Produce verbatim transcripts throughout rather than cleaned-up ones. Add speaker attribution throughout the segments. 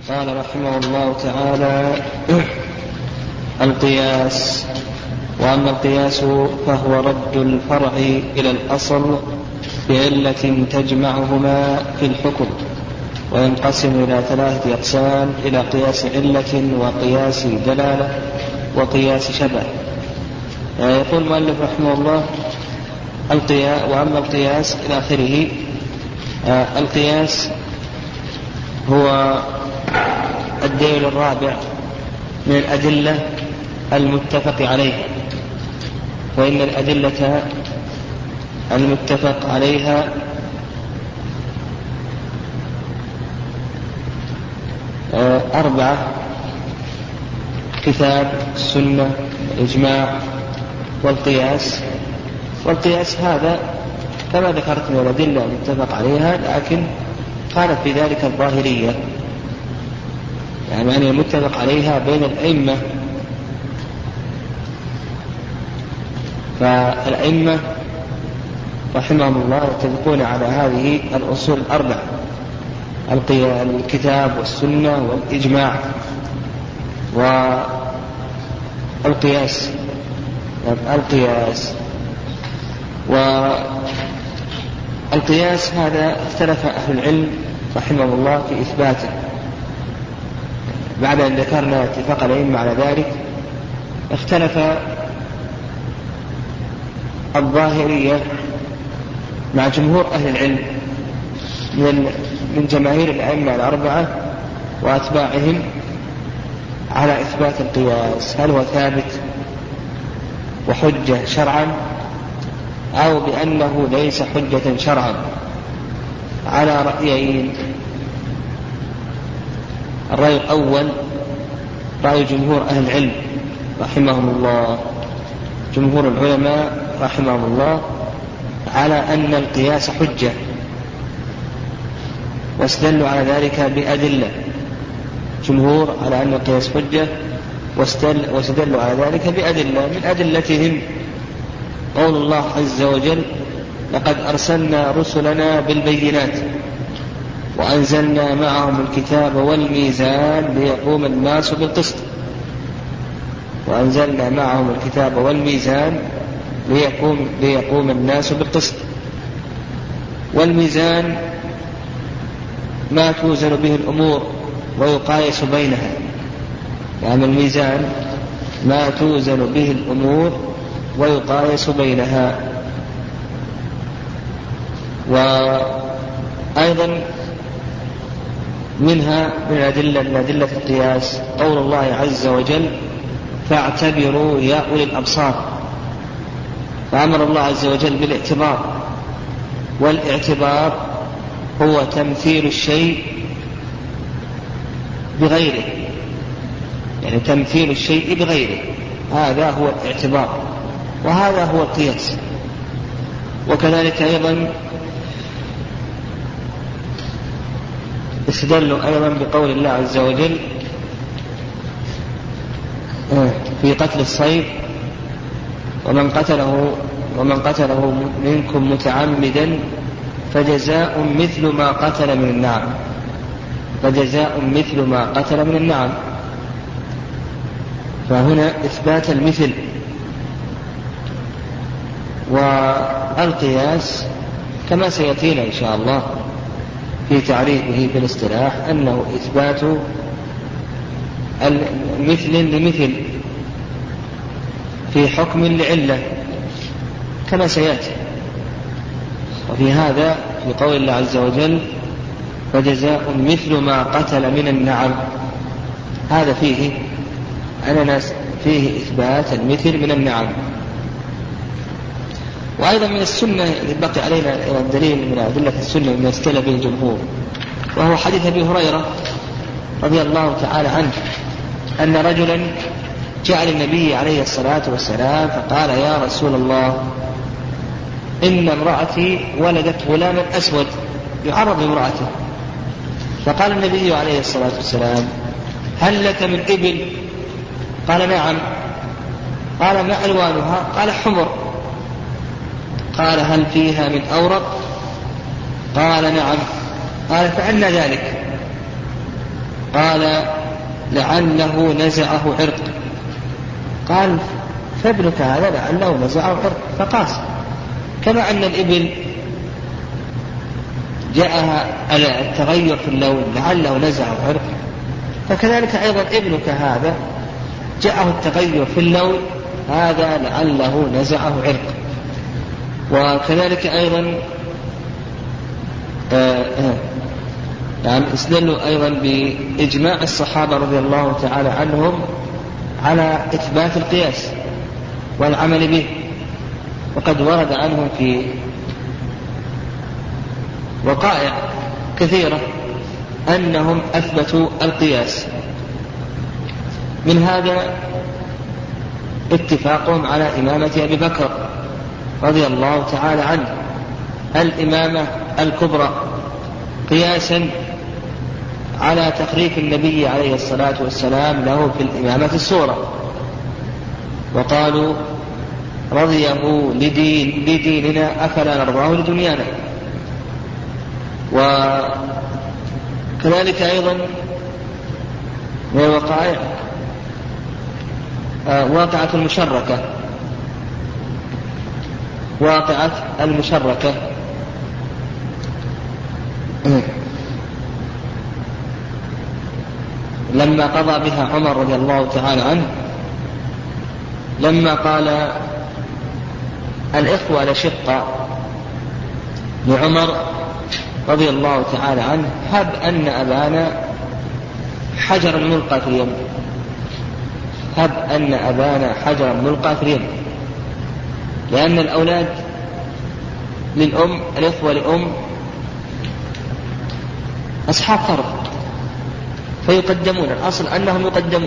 Speaker 1: قال رحمه الله تعالى: القياس. وأما القياس فهو رد الفرع إلى الأصل بعلة تجمعهما في الحكم، وينقسم إلى ثلاثة أقسام: إلى قياس علة، وقياس دلالة، وقياس شبه. يقول المؤلف رحمه الله: القياس. وأما القياس إلى آخره. القياس هو الدليل الرابع من الأدلة المتفق عليها، وإن الأدلة المتفق عليها أربعة: كتاب، السنة، الإجماع، والقياس. والقياس هذا كما ذكرت من الأدلة المتفق عليها، لكن قالت في ذلك الظاهرية، يعني أن المتفق عليها بين الأئمة. فالأئمة رحمهم الله يتفقون على هذه الأصول الأربعة: الكتاب والسنة والإجماع والقياس. القياس والقياس هذا اختلف أهل العلم رحمهم الله في إثباته، بعد أن ذكرنا اتفاق الأئمة على ذلك. اختلف الظاهرية مع جمهور أهل العلم من من جماهير الأئمة الأربعة وأتباعهم على إثبات القياس، هل هو ثابت وحجة شرعا أو بأنه ليس حجة شرعا، على رأيين. الرأي الأول رأي جمهور أهل العلم رحمهم الله، جمهور العلماء رحمهم الله، على أن القياس حجة، واستدلوا على ذلك بأدلة. جمهور على أن القياس حجة واستدلوا على ذلك بأدلة. من أدلتهم قول الله عز وجل: لقد أرسلنا رسلنا بالبينات وأنزلنا معهم الكتاب والميزان ليقوم الناس بالقسط. وأنزلنا معهم الكتاب والميزان ليقوم, ليقوم الناس بالقسط. والميزان ما توزن به الأمور ويقايس بينها، يعني الميزان ما توزن به الأمور ويقايس بينها. وأيضا منها من أدلة من أدلة القياس قول الله عز وجل: فاعتبروا يا أولي الأبصار. فأمر الله عز وجل بالاعتبار، والاعتبار هو تمثيل الشيء بغيره، يعني تمثيل الشيء بغيره، هذا هو الاعتبار، وهذا هو القياس. وكذلك أيضا استدلوا أيضا بقول الله عز وجل في قتل الصيد: ومن قتله ومن قتله منكم متعمدا فجزاء مثل ما قتل من النعم. فجزاء مثل ما قتل من النعم. فهنا إثبات المثل. والقياس كما سيأتينا إن شاء الله في تعريفه في الاصطلاح أنه إثبات المثل لمثل في حكم لعلة كما سيأتي. وفي هذا في قول الله عز وجل: فجزاء مثل ما قتل من النعم، هذا فيه أننا فيه إثبات المثل من النعم. وأيضا من السنة بقي علينا الدليل من أدلة السنة من استدل به الجمهور، وهو حديث أبي هريرة رضي الله تعالى عنه أن رجلا جاء للنبي عليه الصلاة والسلام فقال: يا رسول الله، إن امرأتي ولدت غلاما أسود يعرض امرأته. فقال النبي عليه الصلاة والسلام: هل لك من إبل؟ قال: نعم. قال: ما ألوانها؟ قال: حمر. قال: هل فيها من أورق؟ قال: نعم. قال: فأنى ذلك؟ قال لعله نزعه عرق. قال فابنك هذا لعله نزعه عرق، فقاس. كما أن الإبل جاءها التغير في اللون لعله نزعه عرق، فكذلك أيضا ابنك هذا جاءه التغير في اللون، هذا لعله نزعه عرق. وكذلك أيضا آآ آآ يعني استدلوا أيضا بإجماع الصحابة رضي الله تعالى عنهم على إثبات القياس والعمل به، وقد ورد عنهم في وقائع كثيرة أنهم أثبتوا القياس. من هذا اتفاقهم على إمامة أبي بكر رضي الله تعالى عنه الإمامة الكبرى قياسا على تخريف النبي عليه الصلاة والسلام له في الإمامة الصغرى، وقالوا رضيه لدين لديننا أفلا نرضاه لدنيانا. وكذلك أيضا من الوقائع واقعة المشركة واقعة المشركة لما قضى بها عمر رضي الله تعالى عنه، لما قال الإخوة لشقة لعمر رضي الله تعالى عنه هب أن أبانا حجرا ملقى في اليم، هب أن أبانا حجرا ملقى في اليم، لأن الأولاد للأم، الإخوة لأم أصحاب فرض فيقدمون، الأصل أنهم يقدمون.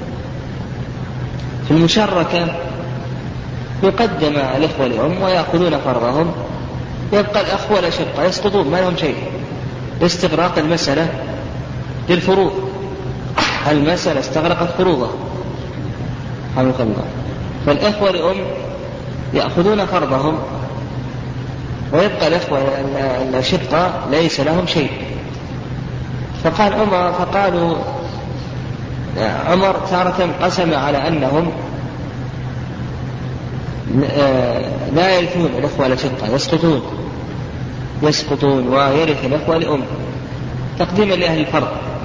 Speaker 1: في المشركة يقدم الإخوة لأم ويأخذون فرضهم، يبقى الأخوة لشقة يسقطون ما لهم شيء، استغراق المسألة للفروض، المسألة استغرقت فروضه حمد الله. فالإخوة لأم يأخذون فرضهم ويبقى الإخوة الشقة ليس لهم شيء. فقال عمر فقالوا عمر تارة قسم على أنهم لا يرثون الإخوة لشقة، يسقطون يسقطون ويرث الإخوة لأم تقديما لأهل الفرض.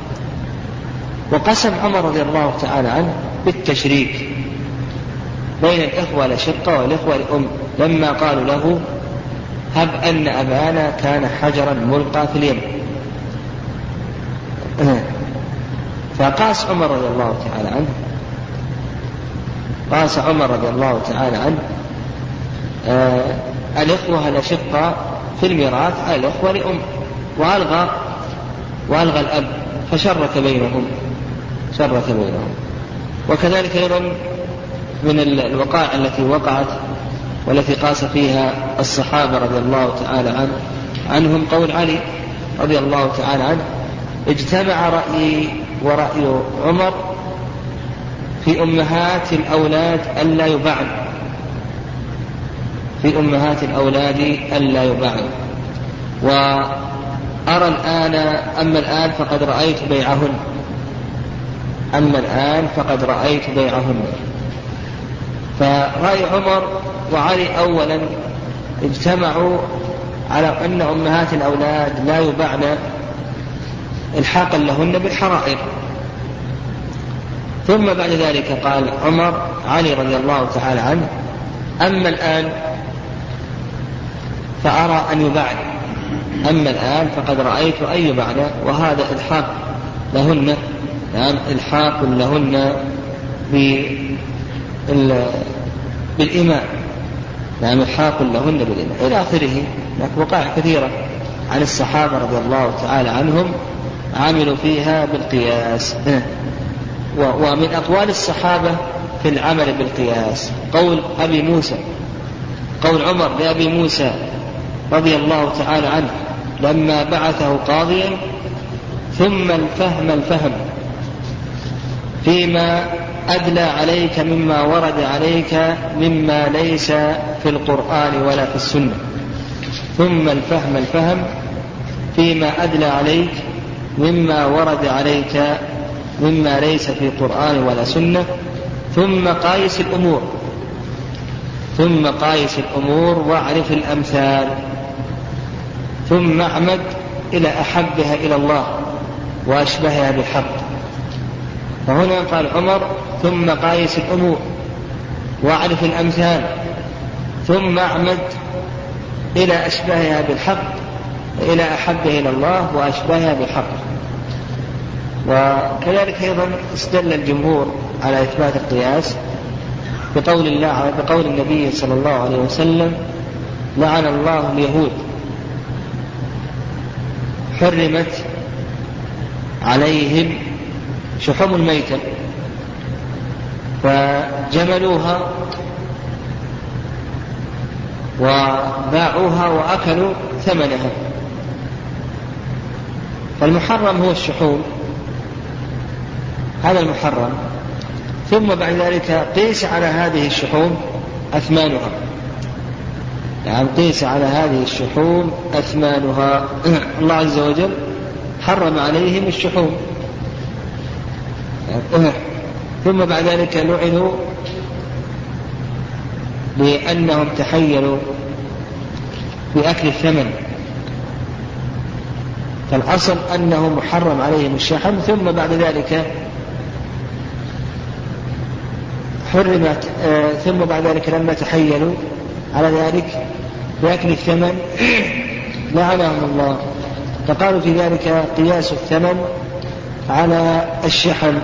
Speaker 1: وقسم عمر رضي الله تعالى عنه بالتشريك بين الإخوة لشقة والإخوة لأم لما قالوا له هب أن أبانا كان حجرا ملقى في اليم. فقاس عمر رضي الله تعالى عنه قاس عمر رضي الله تعالى عنه آه الإخوة لشقة في الميراث على الإخوة لأم، وألغى وألغى الأب فشرك بينهم شرك بينهم. وكذلك أيضا من الوقائع التي وقعت والتي قاس فيها الصحابة رضي الله تعالى عنه عنهم قول علي رضي الله تعالى عنه اجتمع رأيي ورأي عمر في أمهات الأولاد ألا يبعن في أمهات الأولاد ألا يبعن وأرى الآن أما الآن فقد رأيت بيعهن أما الآن فقد رأيت بيعهن. فرأي عمر وعلي أولا اجتمعوا على أن أمهات الأولاد لا يبعن الحاقا لهن بالحرائر. ثم بعد ذلك قال عمر علي رضي الله تعالى عنه أما الآن فأرى أن يبعن أما الآن فقد رأيت أن يبعن، وهذا إلحاق لهن يعني إلحاق لهن بالإماء يعني إلحاق لهن بالإماء إلى آخره. هناك وقائع كثيرة عن الصحابة رضي الله تعالى عنهم عملوا فيها بالقياس. ومن أقوال الصحابة في العمل بالقياس قول أبي موسى قول عمر لأبي موسى رضي الله تعالى عنه لما بعثه قاضيا ثم الفهم الفهم فيما أدلى عليك مما ورد عليك مما ليس في القرآن ولا في السنة ثم الفهم الفهم فيما أدلى عليك مما ورد عليك مما ليس في قرآن ولا سنة، ثم قايس الأمور ثم قايس الأمور واعرف الأمثال، ثم اعمد إلى أحبها إلى الله وأشبهها بالحق. فهنا قال عمر ثم قايس الأمور واعرف الأمثال ثم اعمد إلى أشبهها بالحق، إلى أحبها إلى الله وأشبهها بالحق. وكذلك أيضا استدل الجمهور على إثبات القياس بقول الله بقول النبي صلى الله عليه وسلم: لعن الله اليهود حرمت عليهم شحوم الميتة فجملوها وباعوها وأكلوا ثمنها. فالمحرم هو الشحوم، هذا المحرم. ثم بعد ذلك قيس على هذه الشحوم أثمانها، يعني قيس على هذه الشحوم أثمانها. الله عز وجل حرم عليهم الشحوم، ثم بعد ذلك لعنوا لأنهم تحيلوا بأكل الثمن. فالأصل أنه محرم عليهم الشحم، ثم بعد ذلك حرمت آه ثم بعد ذلك لما تحيلوا على ذلك بأكل الثمن لعنهم الله. فقالوا في ذلك قياس الثمن على الشحم.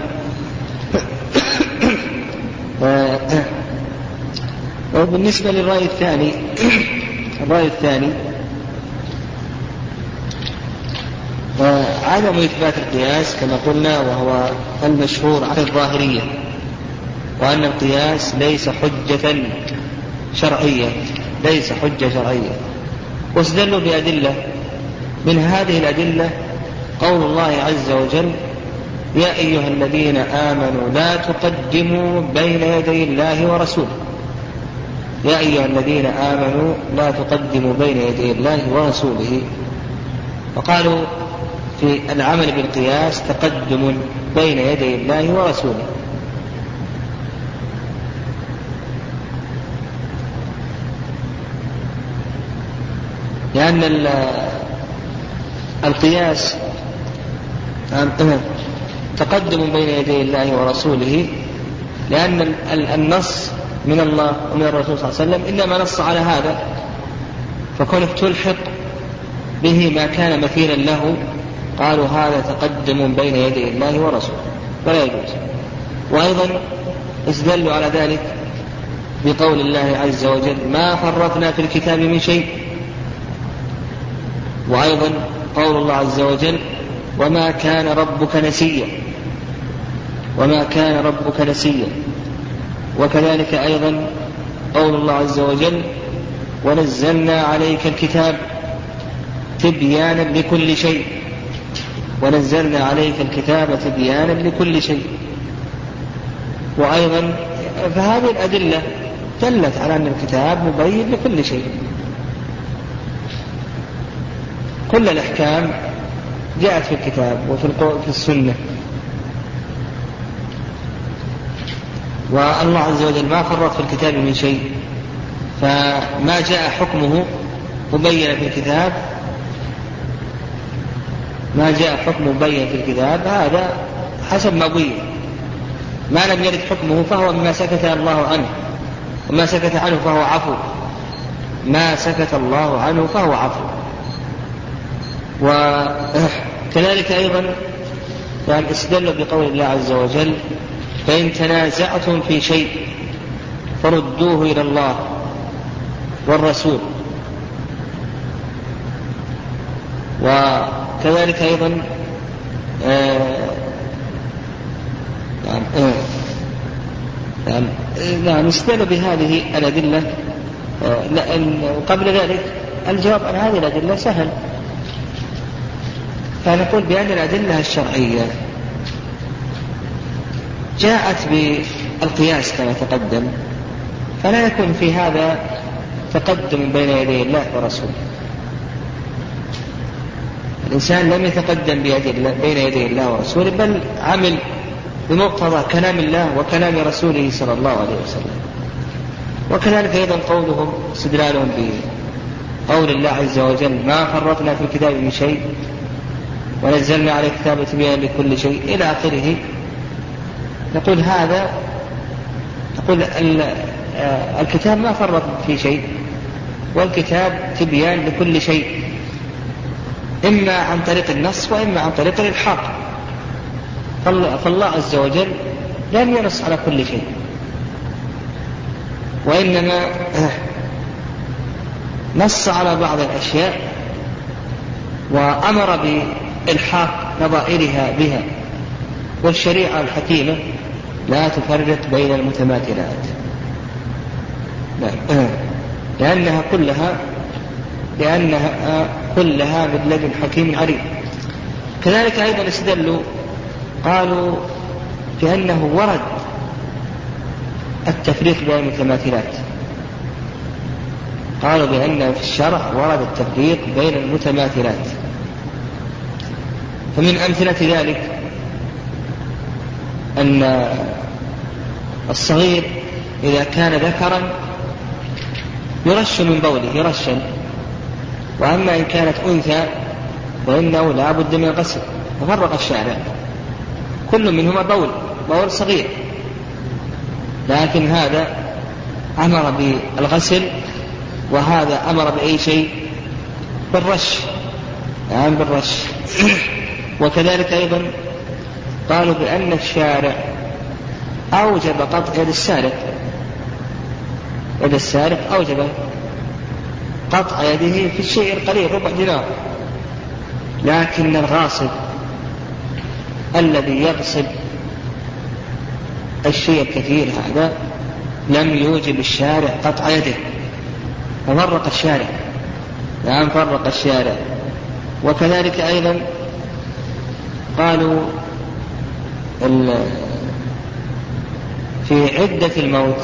Speaker 1: وبالنسبة للرأي الثاني الرأي الثاني عدم إثبات القياس كما قلنا، وهو المشهور عن الظاهرية، وأن القياس ليس حجة شرعية ليس حجة شرعية واستدلوا بأدلة. من هذه الأدلة قول الله عز وجل: يا أيها الذين آمنوا لا تقدموا بين يدي الله ورسوله. يا أيها الذين آمنوا لا تقدموا بين يدي الله ورسوله. وقالوا في العمل بالقياس تقدم بين يدي الله ورسوله. لأن القياس تقدم بين يدي الله ورسوله، لأن النص من الله ومن الرسول صلى الله عليه وسلم إنما نص على هذا، فكونك تلحق به ما كان مثيلا له قالوا هذا تقدم بين يدي الله ورسوله ولا يجوز. وأيضا استدلوا على ذلك بقول الله عز وجل: ما فرطنا في الكتاب من شيء. وأيضا قول الله عز وجل: وما كان ربك نسيا وما كان ربك نسيا. وكذلك أيضا قول الله عز وجل: ونزلنا عليك الكتاب تبيانا لكل شيء ونزلنا عليك الكتاب تبيانا لكل شيء. وأيضا فهذه الأدلة دلت على أن الكتاب مبين لكل شيء. كل الأحكام جاءت في الكتاب وفي السنة. والله عز وجل ما فرط في الكتاب من شيء، فما جاء حكمه مبين في الكتاب ما جاء حكمه مبين في الكتاب هذا حسب ما بين. ما لم يرد حكمه فهو مما سكت الله عنه، وما سكت عنه فهو عفو. ما سكت الله عنه فهو عفو. وكذلك أيضا يعني استدلوا بقول الله عز وجل: فإن تنازعتم في شيء فردوه إلى الله والرسول. وكذلك أيضا نعم استدلوا بهذه الأدلة. وقبل ذلك الجواب عن هذه الأدلة سهل، فنقول بأن الأدلة الشرعية جاءت بالقياس كما تقدم، فلا يكون في هذا تقدم بين يدي الله ورسوله، الإنسان لم يتقدم بين يدي الله ورسوله، بل عمل بمقتضى كلام الله وكلام رسوله صلى الله عليه وسلم. وكذلك أيضا قولهم استدلالهم بقول الله عز وجل: ما فرطنا في الكتاب من شيء ونزلنا على كتاب تبيانا لكل شيء إلى آخره. نقول هذا نقول الكتاب ما فرط في شيء، والكتاب تبيان لكل شيء، إما عن طريق النص وإما عن طريق الإلحاق. فالله عز وجل لم ينص على كل شيء، وإنما نص على بعض الأشياء وأمر بإلحاق نظائرها بها. والشريعة الحكيمة لا تفرق بين المتماثلات، لأنها كلها لأنها كلها من لدن حكيم عليم. كذلك أيضا استدلوا قالوا بأنه ورد التفريق بين المتماثلات، قالوا بأن في الشرع ورد التفريق بين المتماثلات. فمن أمثلة ذلك أن الصغير إذا كان ذكرا يرش من بوله يرشن، وأما إن كانت أنثى فإنه لا بد من غسل. ففرق الشارع، كل منهما بول بول صغير، لكن هذا أمر بالغسل وهذا أمر بأي شيء بالرش، يعني بالرش. وكذلك أيضا قالوا بأن الشارع أوجب قطع يد السارق، يد السارق أوجب قطع يده في الشيء القليل ربع دينار، لكن الغاصب الذي يغصب الشيء الكثير هذا لم يوجب الشارع قطع يده، ففرق الشارع، نعم فرق الشارع. وكذلك أيضا قالوا في عدة الموت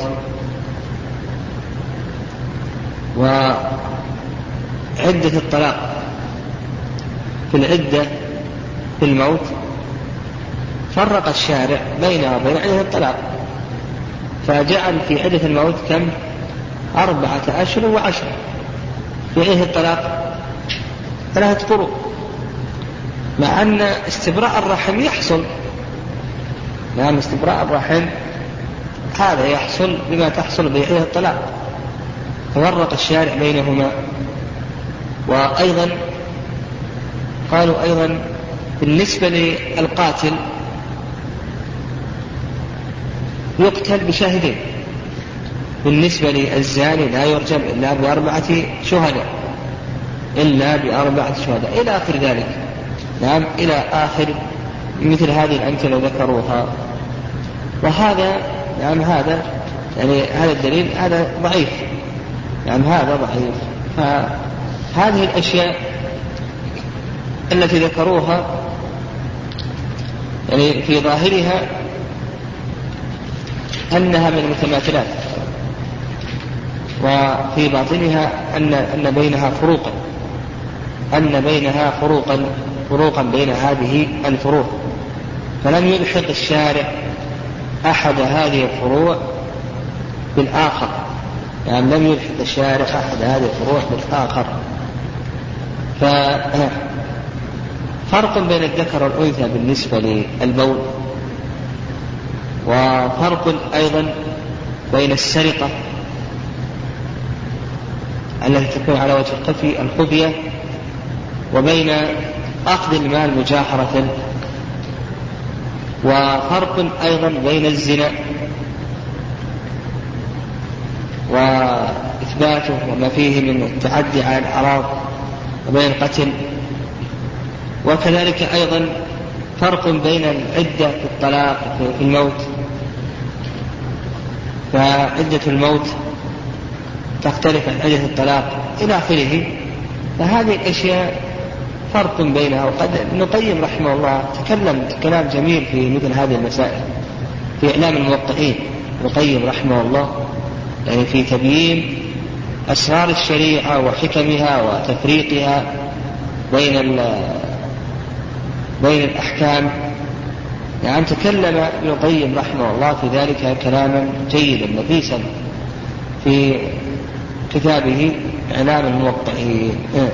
Speaker 1: وعدة الطلاق. في العدة في الموت فرق الشارع بينها وبين عدة الطلاق، فجعل في عدة الموت كم؟ أربعة أشهر وعشرة. في عدة الطلاق ثلاثة قروء، مع أن استبراء الرحم يحصل، نعم استبراء الرحم هذا يحصل بما تحصل بعدة الطلاق، ففرق الشارع بينهما. وأيضا قالوا أيضا بالنسبة للقاتل يقتل بشاهدين، بالنسبة للزاني لا يرجم إلا بأربعة شهداء إلا بأربعة شهداء إلى آخر ذلك، نعم إلى آخر مثل هذه الأمثلة ذكروها. وهذا نعم هذا يعني هذا الدليل هذا ضعيف، نعم هذا ضعيف. فهذه الأشياء التي ذكروها يعني في ظاهرها أنها من المتماثلات، وفي باطنها أن أن بينها فروقا أن بينها فروقا فروقا بين هذه الفروق. فلم يلحق الشارع أحد هذه الفروع بالآخر، يعني لم يلحق الشارع أحد هذه الفروع بالآخر. ففرق بين الذكر والأنثى بالنسبة للبول، وفرق أيضا بين السرقة التي تكون على وجه الخفي الخبية، وبين أخذ المال مجاهرة، وفرق أيضا بين الزنا وإثباته وما فيه من التعدي على الأعراض، وبين القتل. وكذلك أيضا فرق بين العدة في الطلاق في الموت، فعدة الموت تختلف عن عدة الطلاق إلى آخره. فهذه الأشياء فرق بينها. وقد ابن القيم رحمه الله تكلم كلام جميل في مثل هذه المسائل في إعلام الموقعين. ابن القيم رحمه الله يعني في تبيين أسرار الشريعة وحكمها وتفريقها بين بين الأحكام. يعني تكلم ابن القيم رحمه الله في ذلك كلاما جيدا نفيسا في كتابه إعلام الموقعين.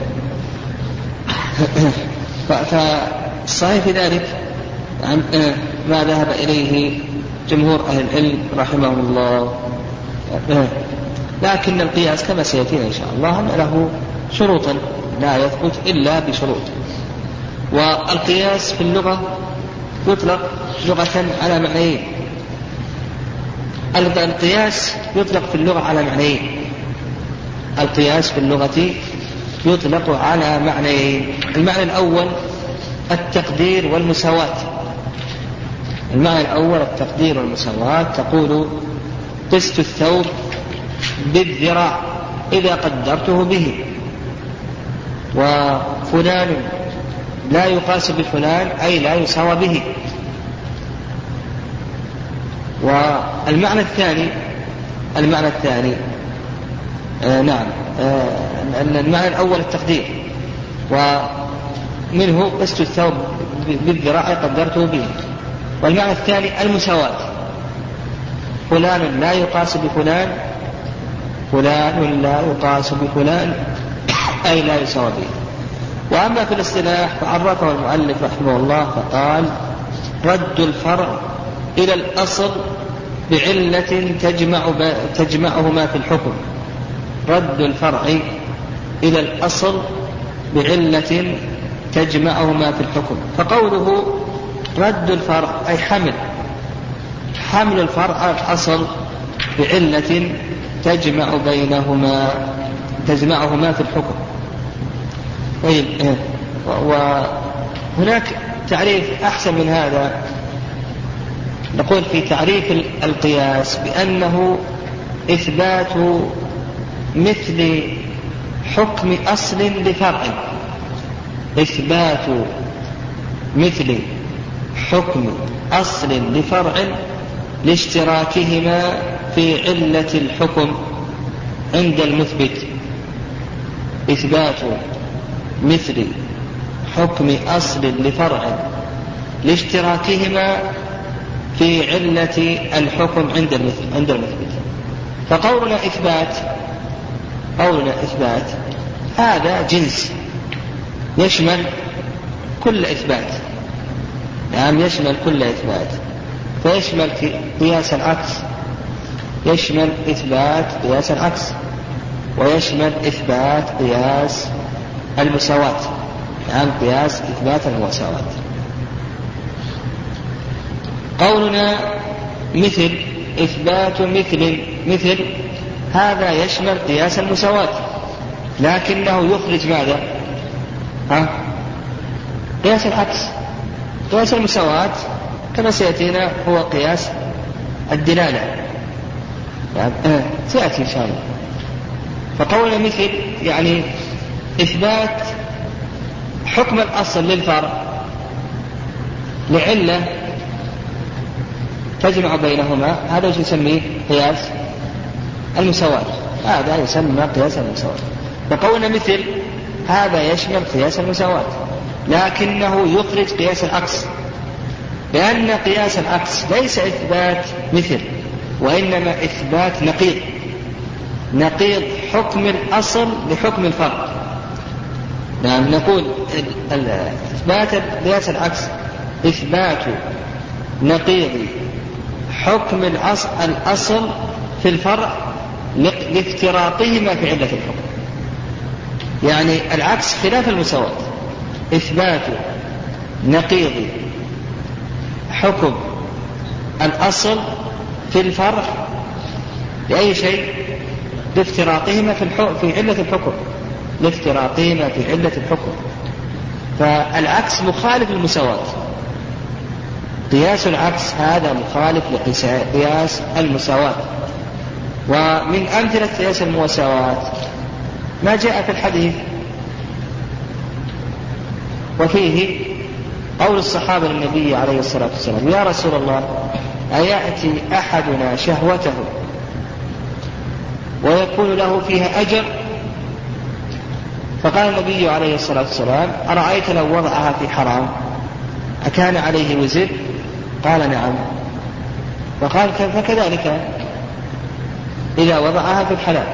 Speaker 1: فالصحيح في ذلك ما ذهب إليه جمهور أهل العلم رحمه الله. لكن القياس كما سيأتينا إن شاء الله أن له شروطا لا يثبت إلا بشروط. والقياس في اللغة يطلق لغة على معنيين. القياس يطلق في اللغة على معنيين. القياس في اللغة يطلق على معنيين. المعنى الأول التقدير والمساواة. المعنى الأول التقدير والمساواة. تقول قست الثوب بالذراع إذا قدرته به، وفلان لا يقاس بفلان أي لا يساوى به. والمعنى الثاني المعنى الثاني آه نعم آه المعنى الأول التقدير، ومنه قست الثوب بالذراع قدرته به. والمعنى الثاني المساواة، فلان لا يقاس بفلان، فلان لا يقاس بفلان أي لا يساوى به. وأما في الاصطلاح فعرفه المؤلف رحمه الله فقال رد الفرع إلى الأصل بعلة تجمع تجمعهما في الحكم. رد الفرع إلى الأصل بعلة تجمعهما في الحكم. فقوله رد الفرع أي حمل حمل الفرع على الأصل بعلة تجمع بينهما تجمعهما في الحكم. طيب، وهناك تعريف أحسن من هذا. نقول في تعريف القياس بأنه إثبات مثل حكم أصل لفرع. إثبات مثل حكم أصل لفرع لاشتراكهما في علة الحكم عند المثبت. إثبات مثل حكم أصل لفرع لاشتراكهما في علة الحكم عند المثبت. فقولنا إثبات قولنا إثبات هذا جنس يشمل كل إثبات. نعم يشمل كل إثبات، فيشمل قياس العكس، يشمل إثبات قياس العكس، ويشمل إثبات قياس المساواة. نعم قياس إثبات المساواة. قولنا مثل إثبات مثل مثل هذا يشمل قياس المساواة، لكنه يخرج ماذا؟ ها؟ قياس العكس. قياس المساواة كما سيأتينا هو قياس الدلالة، يعني آه سيأتي إن شاء الله. فقولنا مثل يعني إثبات حكم الأصل للفرع لعلة تجمع بينهما، هذا يسميه قياس المساواة. هذا يسمى قياس المساواة. فقولنا مثل هذا يشمل قياس المساواة، لكنه يخرج قياس العكس، لأن قياس العكس ليس إثبات مثل، وإنما إثبات نقيض نقيض حكم الأصل لحكم الفرع. نعم نقول إثبات قياس العكس إثبات نقيض حكم الأصل في الفرع لافتراقهما في علة الحكم. يعني العكس خلاف المساواة، إثبات نقيض حكم الأصل في الفرع لأي شيء لافتراقهما في, في علة الحكم لافتراقهما في علة الحكم. فالعكس مخالف للمساواة. قياس العكس هذا مخالف لقياس المساواة. ومن أمثلة قياس المساواة ما جاء في الحديث وفيه قول الصحابة للنبي عليه الصلاة والسلام يا رسول الله أيأتي أحدنا شهوته ويكون له فيها أجر؟ فقال النبي عليه الصلاة والسلام أرأيت لو وضعها في حرام؟ أكان عليه وزر؟ قال نعم. فقال فكذلك إذا وضعها في الحلال.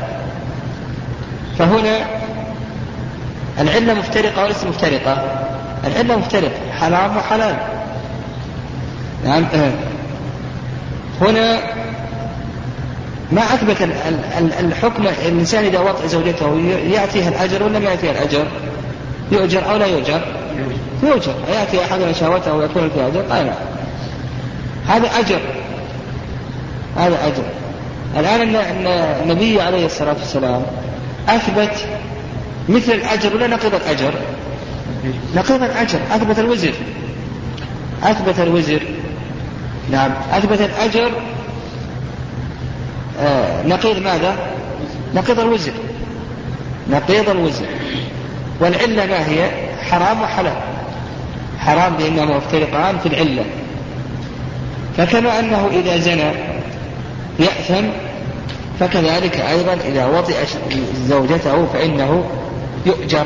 Speaker 1: فهنا العلة مفترقة وليس مفترقة؟ العلة مفترقة، حرام وحلال. نعم. هنا ما أثبت الحكم. الإنسان إذا وطئ زوجته يأتيها الأجر ولا ما يأتيها الأجر؟ يؤجر أو لا يؤجر؟ يؤجر. يأتي أحدنا شهوته ويكون فيها أجر؟ قال هذا أجر، هذا أجر. الآن النبي عليه الصلاة والسلام أثبت مثل الأجر ولا نقيض الأجر؟ نقيض الأجر. أثبت الوزر، أثبت الوزر. نعم. أثبت الأجر. آه نقيض ماذا؟ نقيض الوزر، نقيض الوزر. والعلة ما هي؟ حرام وحلال. حرام لأنهما مفترقان في العلة. فكما أنه إذا زنى يأثم، فكذلك أيضا إذا وطئ زوجته فإنه يؤجر.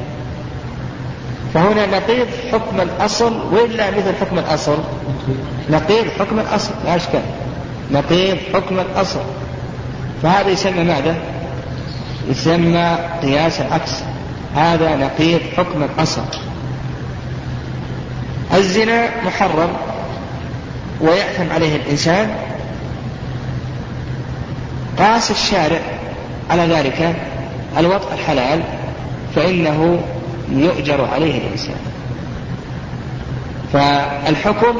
Speaker 1: فهنا نقيض حكم الأصل وإلا مثل حكم الأصل؟ نقيض حكم الأصل لا أشكال، نقيض حكم الأصل. فهذا يسمى ماذا؟ يسمى قياس العكس. هذا نقيض حكم الأصل. الزنا محرم ويأثم عليه الإنسان، قاس الشارع على ذلك الوطء الحلال فإنه يؤجر عليه الإنسان. فالحكم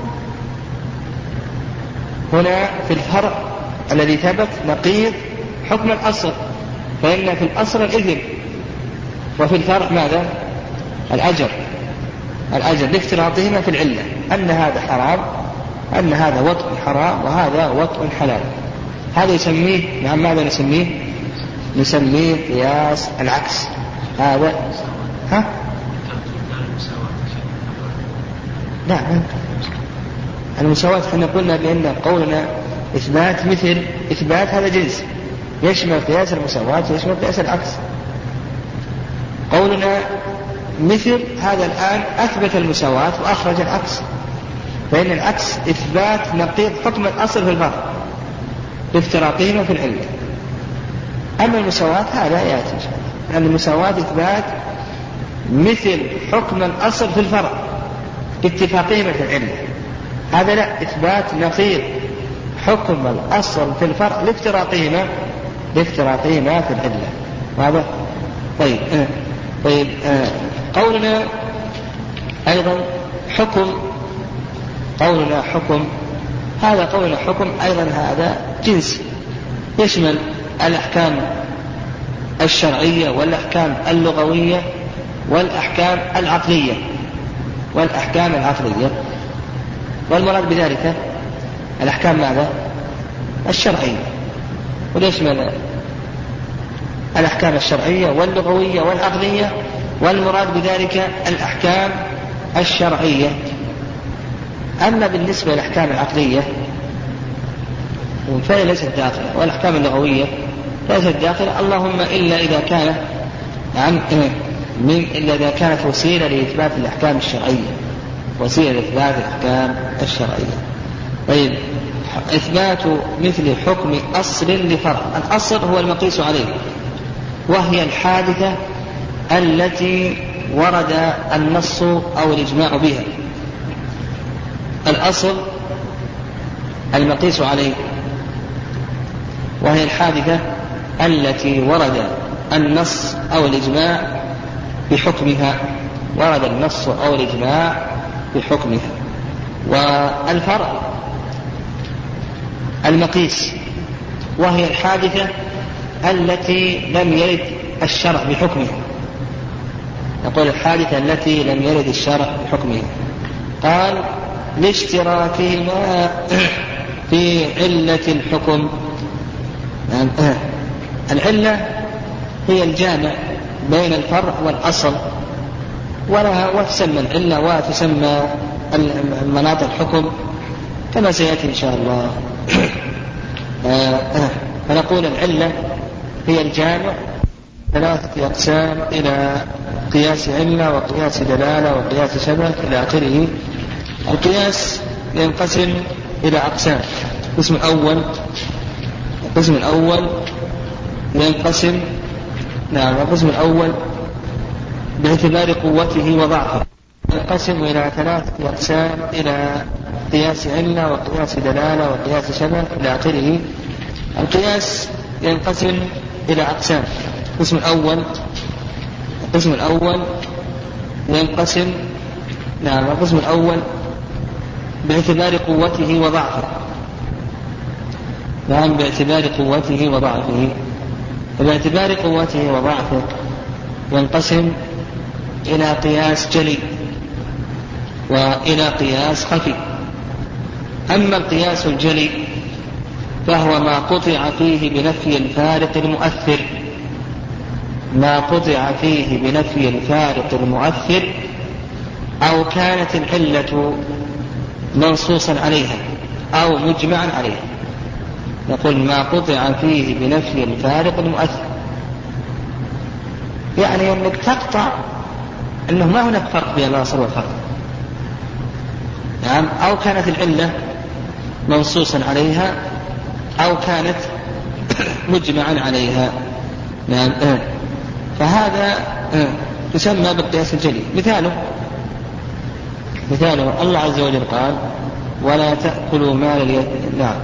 Speaker 1: هنا في الفرع الذي ثبت نقيض حكم الأصل، فإن في الأصل الإثم، وفي الفرع ماذا؟ الأجر. الأجر لافتراضهما في العلة، أن هذا حرام، أن هذا وطء حرام وهذا وطء حلال. هذا يسميه، نعم ماذا نسميه؟ نسميه قياس العكس. هذا ها؟ لا، المساواة احنا قلنا بأن قولنا إثبات مثل إثبات هذا جنس يشمل قياس المساواة ويشمل قياس العكس. قولنا مثل هذا الآن أثبت المساواة وأخرج العكس، فإن العكس إثبات نقيض حكم الأصل في الفرع بافتراقهما في العلة. أما المساواة هذا يأتي إن شاء الله، أن المساواة إثبات مثل حكم الأصل في الفرع باتفاقهما في العلة. هذا لا، إثبات نقيض حكم الأصل في الفرع لافتراقهما لافتراقهما في العلة. هذا طيب. آه. طيب آه. قولنا أيضا حكم، قولنا حكم، هذا قولنا حكم أيضا هذا جنس يشمل الأحكام الشرعية والأحكام اللغوية والأحكام العقلية والأحكام العقلية. والمراد بذلك الأحكام ماذا؟ الشرعية، ويشمل الأحكام الشرعية واللغوية والعقلية، والمراد بذلك الأحكام الشرعية. أما بالنسبة للأحكام العقلية فهي ليست داخلة، والأحكام اللغوية ليست داخلة، اللهم إلا إذا كان عن من إلا إذا كانت وسيلة لإثبات الأحكام الشرعية، وسيلة لإثبات الأحكام الشرعية. طيب، إثبات مثل حكم أصل لفرع. الأصل هو المقيس عليه، وهي الحادثة التي ورد النص أو الإجماع بها. الأصل المقيس عليه، وهي الحادثة التي ورد النص أو الإجماع بحكمها، ورد النص أو الإجماع بحكمها. والفرع المقيس، وهي الحادثة التي لم يرد الشرع بحكمها. نقول الحادثة التي لم يرد الشرع بحكمها. قال لاشتراكهما في علة الحكم. العلة هي الجامع بين الفرع والأصل، ولها وتسمى العلة وتسمى مناط الحكم كما سيأتي إن شاء الله. فنقول العلة هي الجامع ثلاثة أقسام إلى قياس علة وقياس دلالة وقياس شبه إلى آخره. القياس ينقسم إلى أقسام. القسم الأول القسم الأول ينقسم نعم القسم الأول باعتبار قوته وضعفه ينقسم إلى ثلاثة أقسام، إلى قياس علة وقياس دلالة وقياس شبه إلى آخره. القياس ينقسم إلى أقسام. القسم الأول القسم الأول ينقسم نعم القسم الأول باعتبار قوته وضعفه نعم باعتبار قوته وضعفه باعتبار قوته وضعفه ينقسم إلى قياس جلي وإلى قياس خفي. أما القياس الجلي فهو ما قطع فيه بنفي الفارق المؤثر ما قطع فيه بنفي الفارق المؤثر أو كانت العلة منصوصا عليها أو مجمعا عليها. نقول ما قطع فيه بنفي الفارق المؤثر، يعني أنك تقطع أنه ما هناك فرق بين الأصل والفرق، نعم، أو كانت العلة منصوصا عليها أو كانت مجمعا عليها، نعم. فهذا يسمى بالقياس الجلي. مثاله مثاله الله عز وجل قال ولا تأكلوا مال اليتيم نعم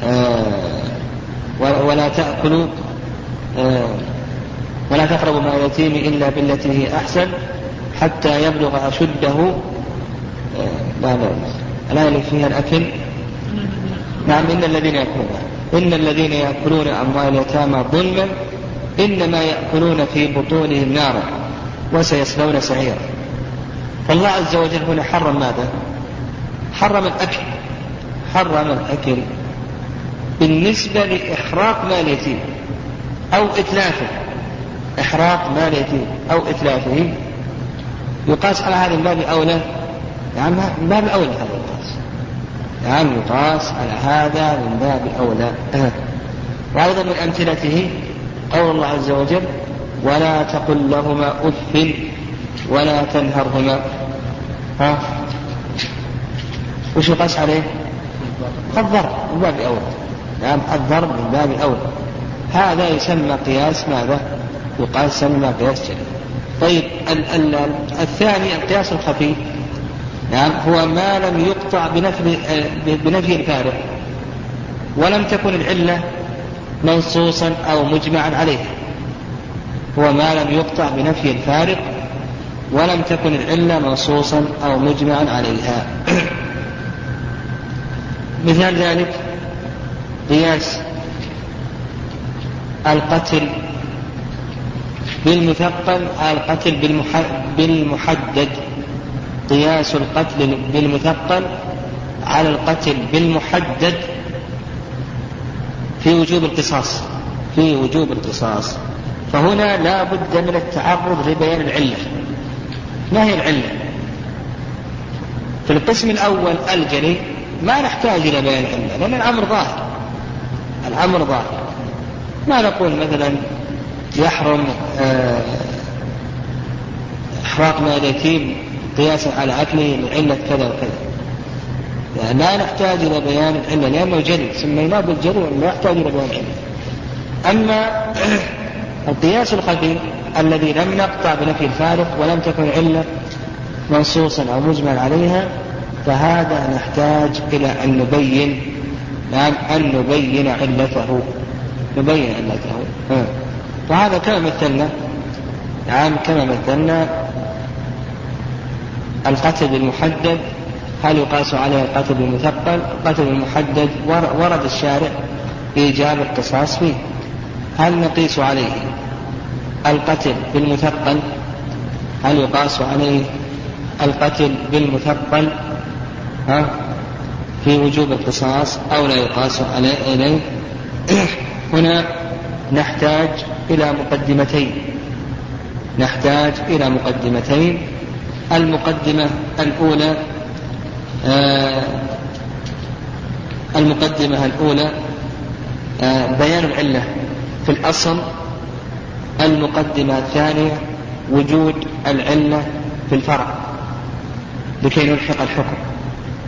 Speaker 1: آه ولا تأكلوا آه ولا تقربوا مال اليتيم إلا بالتي هي أحسن حتى يبلغ أشده. لا لا لا اللي فيها الأكل نعم إن الذين يأكلون إن الذين يأكلون أموال اليتامى ظلما إنما يأكلون في بطونهم نارا وسيصلون سعيرا. فالله عز وجل هنا حرم ماذا؟ حرم الأكل حرم الأكل بالنسبة لإحراق مال اليتيم أو إتلافه. إحراق مال اليتيم أو إتلافه يقاس على هذا الباب أولى، يعني من باب أولى هذا القاس، يعني يقاس على هذا من باب أولى. وأيضا من أمثلته قول الله عز وجل ولا تقل لهما أف ولا تنهرهما. ها وش يقاس عليه؟ الضرب من باب أولى، نعم الضرب من باب أولى. هذا يسمى قياس ماذا؟ يقاس يسمى قياس جلي. طيب ال- ال- الثاني القياس الخفي، نعم، هو ما لم يقطع بنفي بنفي الفارق ولم تكن العلة منصوصا أو مجمعا عليها. هو ما لم يقطع بنفي الفارق ولم تكن العلة منصوصا أو مجمعا عليها. مثال ذلك قياس القتل بالمثقل على القتل بالمحدد. قياس القتل بالمثقل على القتل بالمحدد في وجوب القصاص في وجوب القصاص. فهنا لا بد من التعرض لبيان العلة. ما هي العلة؟ في القسم الأول الجلي ما نحتاج إلى بيان العلة لأن الأمر ظاهر الأمر ظاهر ما نقول مثلا يحرم إحراق مال اليتيم قياسا على أكله لعلة كذا وكذا، يعني لا نحتاج إلى بيان العلة لأنه جلي سميناه بالجلي ولا يحتاج إلى بيان العلة. أما القياس الخفي الذي لم نقطع بنفي الفارق ولم تكن علة منصوصا أو مجمل عليها فهذا نحتاج إلى أن نبين نعم أن نبين علته نبين علته. وهذا كما مثلنا نعم كما مثلنا القتل بالمحدد هل يقاس عليه القتل بالمثقل؟ القتل بالمحدد ورد الشارع إيجاب القصاص فيه، هل نقيس عليه القتل بالمثقل؟ هل يقاس عليه القتل بالمثقل ها في وجوب القصاص أو لا يقاس عليه؟ هنا نحتاج إلى مقدمتين نحتاج إلى مقدمتين المقدمة الأولى آه المقدمة الأولى آه بيان العلة في الأصل. المقدمة الثانية وجود العلة في الفرع لكي نلحق الحكم.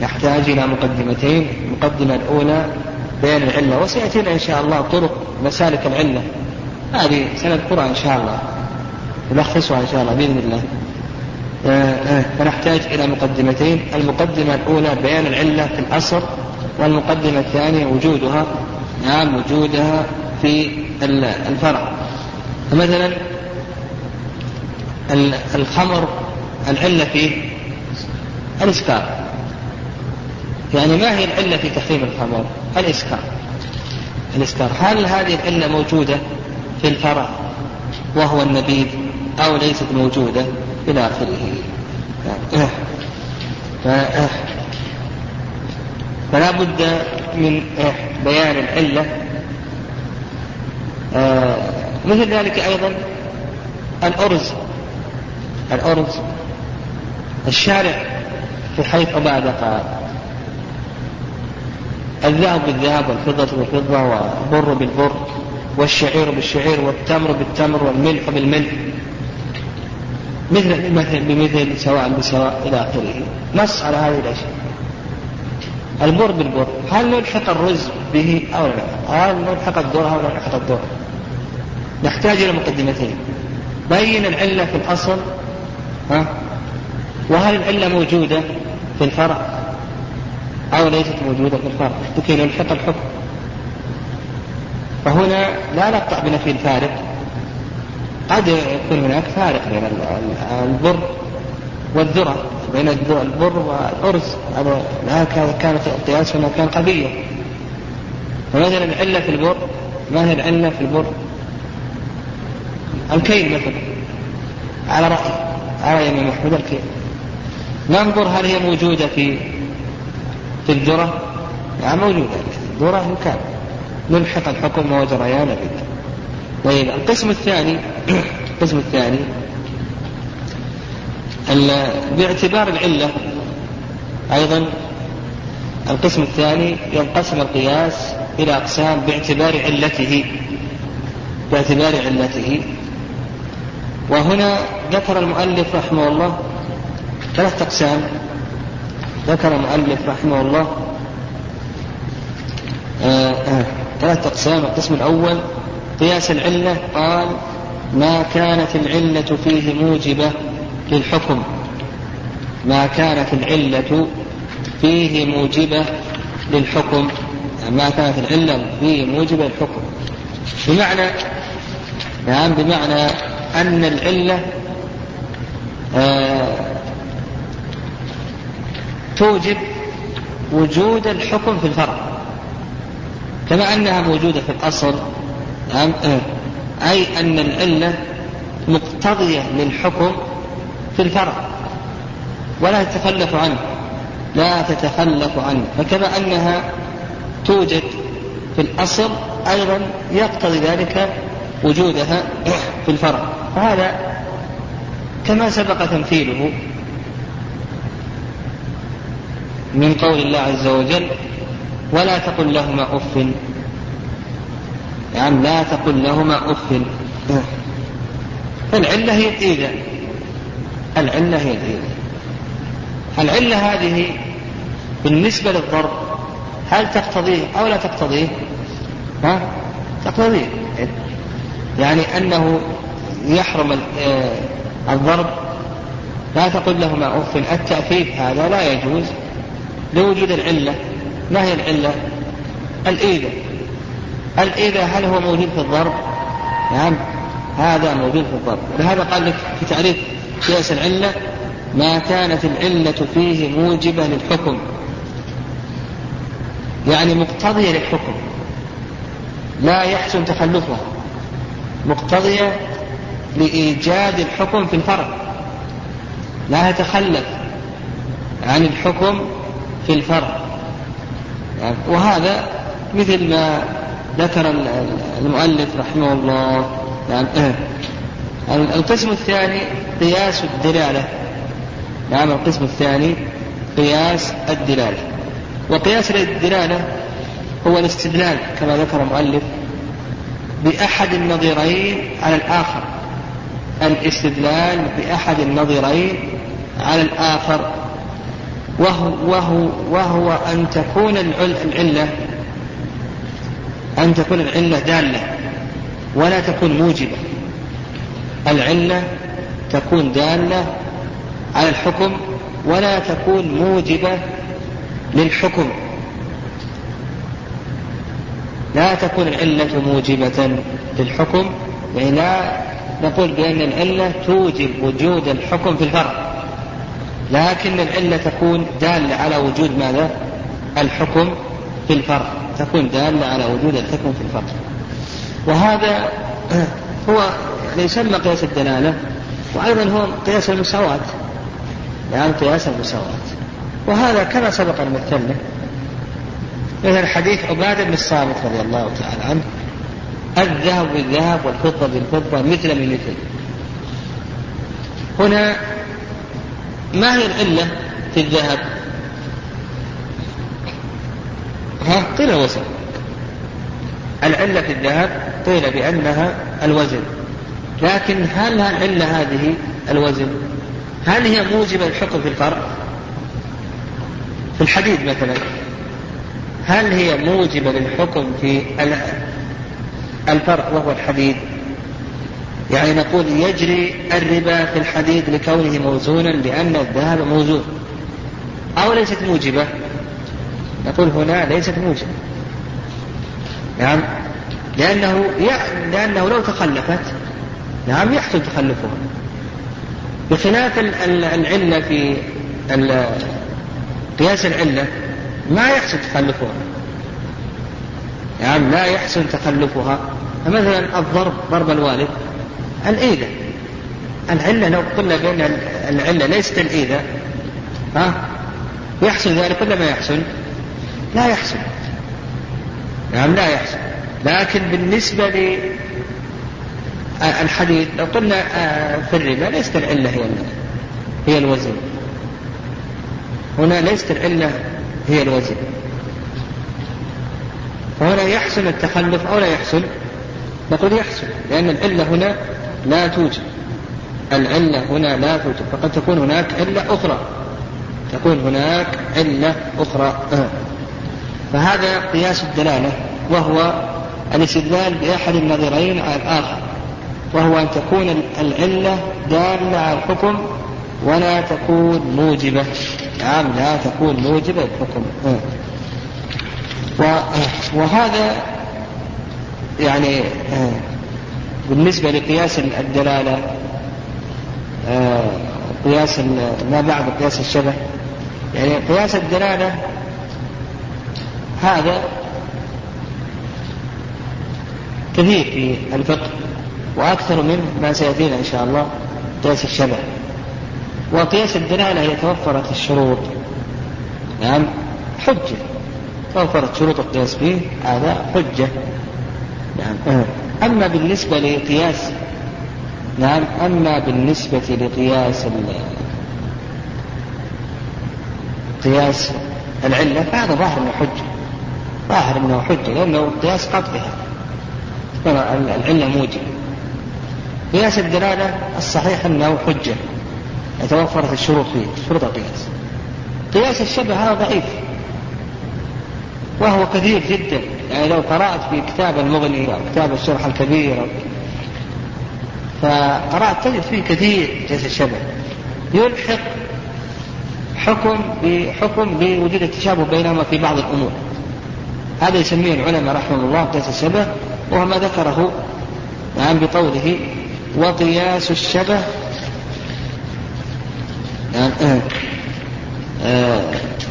Speaker 1: يحتاج إلى مقدمتين. المقدمة الأولى بيان العلة، وسيأتينا إن شاء الله طرق مسالك العلة، هذه سنذكرها إن شاء الله، نلخصها إن شاء الله بإذن الله. فنحتاج إلى مقدمتين. المقدمة الأولى بيان العلة في الأصل، والمقدمة الثانية وجودها، نعم وجودها في الفرع. فمثلا الخمر العلة فيه الإسكار، يعني ما هي العلة في تحريم الخمر؟ الإسكار. الإسكار هل هذه العلة موجودة في الفرع وهو النبيذ أو ليست موجودة إلى آخره؟ فلا بد من بيان العلة. مثل ذلك أيضا الأرز. الأرز الشارع في حيث أبعد قال الذهب بالذهب والفضة بالفضة والبر بالبر والشعير بالشعير والتمر بالتمر والملح بالملح، مثل مثل بمثل سواء بسواء إلى آخره، نص على هذه الأشياء. البر بالبر، هل نلحق الرز به أو لا؟ هل نلحق الذرة أو لا نلحق الذرة؟ نحتاج إلى مقدمتين. بين العلة في الأصل، ها؟ وهل العلة موجودة في الفرع أو ليست موجودة في الفرع، لكي نلحق الحكم. فهنا لا نقطع بنفي الفارق، قد يكون هناك فارق بين البر والذرة، بين البر والأرز، هذا كانت القياس هنا كان قبية. فمثلا العلة في البر، ما هي العلة في البر؟ الكيل مثلا، على رأي على يمين محمود الكيل. ننظر هل هي موجودة في في الذرة؟ يعني موجودة الذرة يمكن نلحق الحكم وجريان بها. طيب القسم الثاني القسم الثاني باعتبار العلة أيضا. القسم الثاني ينقسم القياس إلى أقسام باعتبار علته باعتبار علته وهنا ذكر المؤلف رحمه الله ثلاث أقسام. ذكر المؤلف رحمه الله آه آه ثلاث أقسام. القسم الأول قياس العلة، قال ما كانت العلة فيه موجبة للحكم، ما كانت العلة فيه موجبة للحكم، ما كانت العلة فيه موجبة للحكم، بمعنى نعم بمعنى أن العلة آه توجب وجود الحكم في الفرع كما أنها موجودة في الأصل. نعم آه أي أن العلة مقتضية للحكم في الفرع ولا تتخلف عنه لا تتخلف عنه فكما أنها توجد في الأصل أيضا يقتضي ذلك وجودها في الفرع. وهذا كما سبق تمثيله من قول الله عز وجل ولا تقل لهما أف، يعني لا تقل لهما أف. فالعلة هي الإيذاء، العلة هي الإيذاء. العلة هذه بالنسبة للضرب هل تقتضيه أو لا تقتضيه؟ ها؟ تقتضيه، يعني أنه يحرم الضرب لا تقل لهما أف. التأفيف هذا لا يجوز لوجود العلة. ما هي العلة؟ الإيذاء. الإيذاء هل هو موجود في الضرب؟ نعم هذا موجود في الضرب. ولهذا قال لك في تعريف قياس العلة ما كانت العلة فيه موجبة للحكم، يعني مقتضية للحكم لا يحسن تخلفها، مقتضية لإيجاد الحكم في الفرع لا يتخلف عن الحكم في الفرع. وهذا مثل ما ذكر المؤلف رحمه الله. القسم الثاني قياس الدلالة. نعم القسم الثاني قياس الدلالة. وقياس الدلالة هو الاستدلال كما ذكر المؤلف بأحد النظيرين على الآخر، الاستدلال بأحد النظيرين على الآخر. وهو, وهو, وهو أن تكون العلة أن تكون العلة دالة ولا تكون موجبة. العلة تكون دالة على الحكم ولا تكون موجبة للحكم. لا تكون العلة موجبة للحكم، يعني لا نقول بأن العلة توجب وجود الحكم في الفرع، لكن العلة تكون دالة على وجود ماذا؟ الحكم في الفرع، تكون دالة على وجود الحكم في الفرع. وهذا هو يسمى قياس الدلالة، وأيضا هو قياس المساواة، يعني قياس المساواة. وهذا كما سبق أن مثلنا مثل حديث عبادة بن الصامت رضي الله تعالى عنه: الذهب بالذهب والفضة بالفضة مثل من مثل. هنا ما هي العلة في الذهب؟ ها قيل الوزن. العلة في الذهب قيل بأنها الوزن، لكن هل العلة هذه الوزن هل هي موجبة للحكم في الفرع؟ في الحديد مثلا هل هي موجبة للحكم في الفرع وهو الحديد؟ يعني نقول يجري الربا في الحديد لكونه موزونا لأن الذهب موزون، أو ليست موجبة؟ نقول هنا ليست موجبة، نعم، لأنه, لأنه لو تخلفت نعم يحصل تخلفها، بخلاف العلة في قياس العلة ما يحصل تخلفها، نعم لا يحصل تخلفها. فمثلا الضرب، ضرب الوالد، الإيذة، العلة لو قلنا بأن العلة ليست الإيذة ها يحصل ذلك ولا ما يحصل؟ لا يحصل، نعم لا يحصل. لكن بالنسبة للحديد لو قلنا في الربا ليست العلة هي هي الوزن، هنا ليست العلة هي الوزن، فهنا يحصل التخلف أو لا يحصل؟ نقول يحصل، لأن العلة هنا لا توجد، العلة هنا لا توجد، فقد تكون هناك علة أخرى، تكون هناك علة أخرى. فهذا قياس الدلالة، وهو الاستدلال بأحد النظيرين على الآخر، وهو أن تكون العلة دالة على الحكم ولا تكون موجبة، نعم لا تكون موجبة الحكم. وهذا يعني بالنسبة لقياس الدلالة قياس ما بعد قياس الشبه. يعني قياس الدلالة هذا كثير في الفقه، وأكثر منه ما سيأتينا إن شاء الله قياس الشبه. وقياس الدلالة هي توفرت الشروط، نعم حجة، توفرت شروط القياس فيه هذا حجة، نعم. أما بالنسبة لقياس نعم أما بالنسبة لقياس قياس العلة فهذا ظاهر أنه حجة، ظاهر أنه حجة لأنه قياس قطعها، العلة موجبة. قياس الدلالة الصحيح أنه حجة، يتوفرت الشروط فيه، شروط القياس. قياس الشبه هذا ضعيف، وهو كثير جدا، يعني لو قرأت في كتاب المغني أو كتاب الشرح الكبير فقرأت تجد فيه كثير قياس الشبه، يلحق حكم بحكم بوجود التشابه بينهما في بعض الأمور. هذا يسميه العلماء رحمه الله قياس الشبه، وهو ما ذكره نعم بقوله وقياس الشبه نعم آه آه